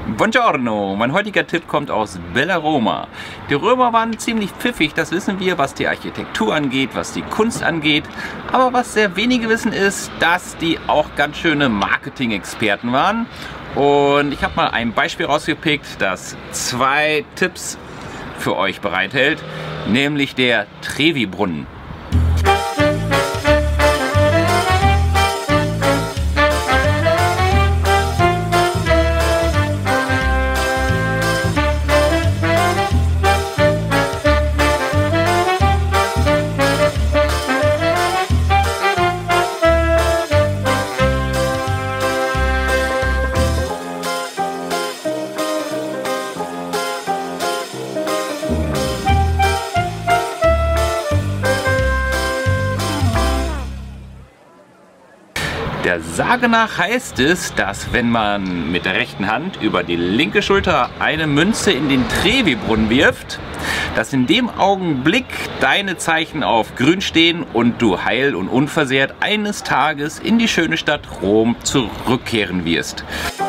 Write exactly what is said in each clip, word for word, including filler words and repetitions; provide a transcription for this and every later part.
Buongiorno, mein heutiger Tipp kommt aus Bellaroma. Die Römer waren ziemlich pfiffig, das wissen wir, was die Architektur angeht, was die Kunst angeht. Aber was sehr wenige wissen ist, dass die auch ganz schöne Marketing-Experten waren. Und ich habe mal ein Beispiel rausgepickt, das zwei Tipps für euch bereithält, nämlich der Trevi-Brunnen. Der Sage nach heißt es, dass wenn man mit der rechten Hand über die linke Schulter eine Münze in den Trevi-Brunnen wirft, dass in dem Augenblick deine Zeichen auf grün stehen und du heil und unversehrt eines Tages in die schöne Stadt Rom zurückkehren wirst.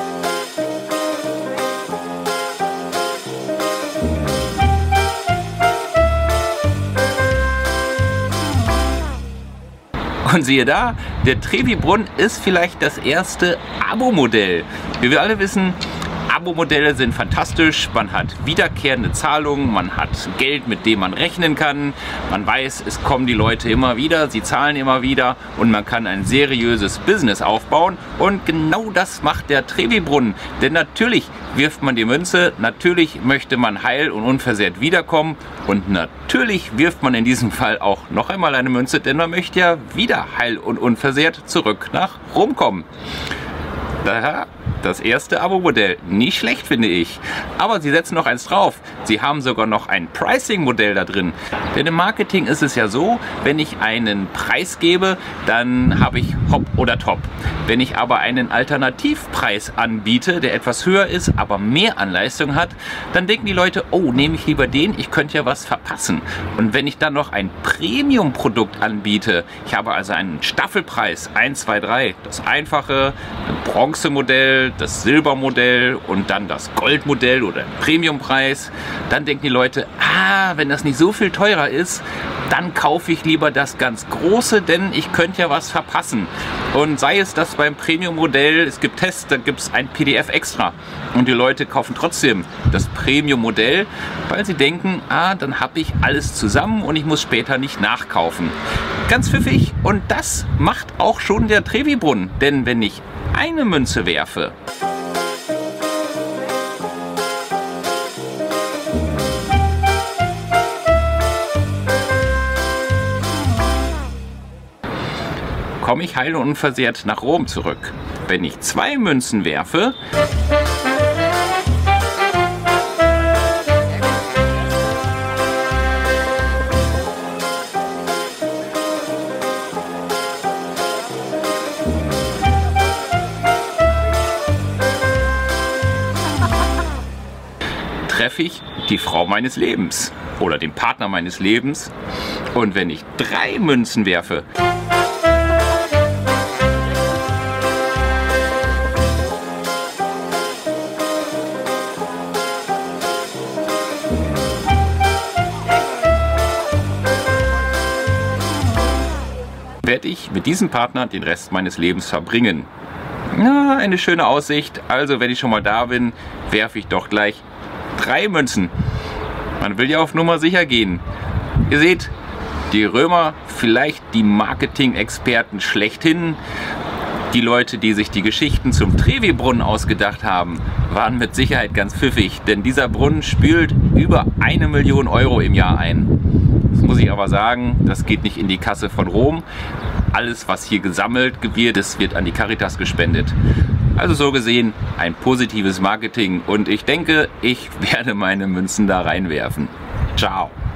Und siehe da, der Trevi-Brunnen ist vielleicht das erste Abo-Modell. Wie wir alle wissen, Abo-Modelle sind fantastisch, man hat wiederkehrende Zahlungen, man hat Geld, mit dem man rechnen kann, man weiß, es kommen die Leute immer wieder, sie zahlen immer wieder und man kann ein seriöses Business aufbauen und genau das macht der Trevi-Brunnen, denn natürlich wirft man die Münze, natürlich möchte man heil und unversehrt wiederkommen und natürlich wirft man in diesem Fall auch noch einmal eine Münze, denn man möchte ja wieder heil und unversehrt zurück nach Rom kommen. Daher das erste Abo-Modell. Nicht schlecht, finde ich. Aber sie setzen noch eins drauf. Sie haben sogar noch ein Pricing-Modell da drin. Denn im Marketing ist es ja so, wenn ich einen Preis gebe, dann habe ich Hop oder Top. Wenn ich aber einen Alternativpreis anbiete, der etwas höher ist, aber mehr an Leistung hat, dann denken die Leute, oh, nehme ich lieber den, ich könnte ja was verpassen. Und wenn ich dann noch ein Premium-Produkt anbiete, ich habe also einen Staffelpreis, eins, zwei, drei, das einfache, ein Bronzemodell, das Silbermodell und dann das Goldmodell oder Premiumpreis, dann denken die Leute, ah, wenn das nicht so viel teurer ist, dann kaufe ich lieber das ganz große, denn ich könnte ja was verpassen. Und sei es, dass beim Premium-Modell, es gibt Tests, da gibt es ein P D F extra und die Leute kaufen trotzdem das Premium-Modell, weil sie denken, ah, dann habe ich alles zusammen und ich muss später nicht nachkaufen. Ganz pfiffig, und das macht auch schon der Trevi-Brunnen, denn wenn ich eine Münze werfe, komme ich heil und unversehrt nach Rom zurück. Wenn ich zwei Münzen werfe, treffe ich die Frau meines Lebens oder den Partner meines Lebens. Und wenn ich drei Münzen werfe, werde ich mit diesem Partner den Rest meines Lebens verbringen. Na, eine schöne Aussicht. Also wenn ich schon mal da bin, werfe ich doch gleich drei Münzen. Man will ja auf Nummer sicher gehen. Ihr seht, die Römer, vielleicht die Marketing-Experten schlechthin, die Leute, die sich die Geschichten zum Trevi-Brunnen ausgedacht haben, waren mit Sicherheit ganz pfiffig, denn dieser Brunnen spült über eine Million Euro im Jahr ein. Das muss ich aber sagen, das geht nicht in die Kasse von Rom. Alles, was hier gesammelt wird, das wird an die Caritas gespendet. Also so gesehen ein positives Marketing und ich denke, ich werde meine Münzen da reinwerfen. Ciao!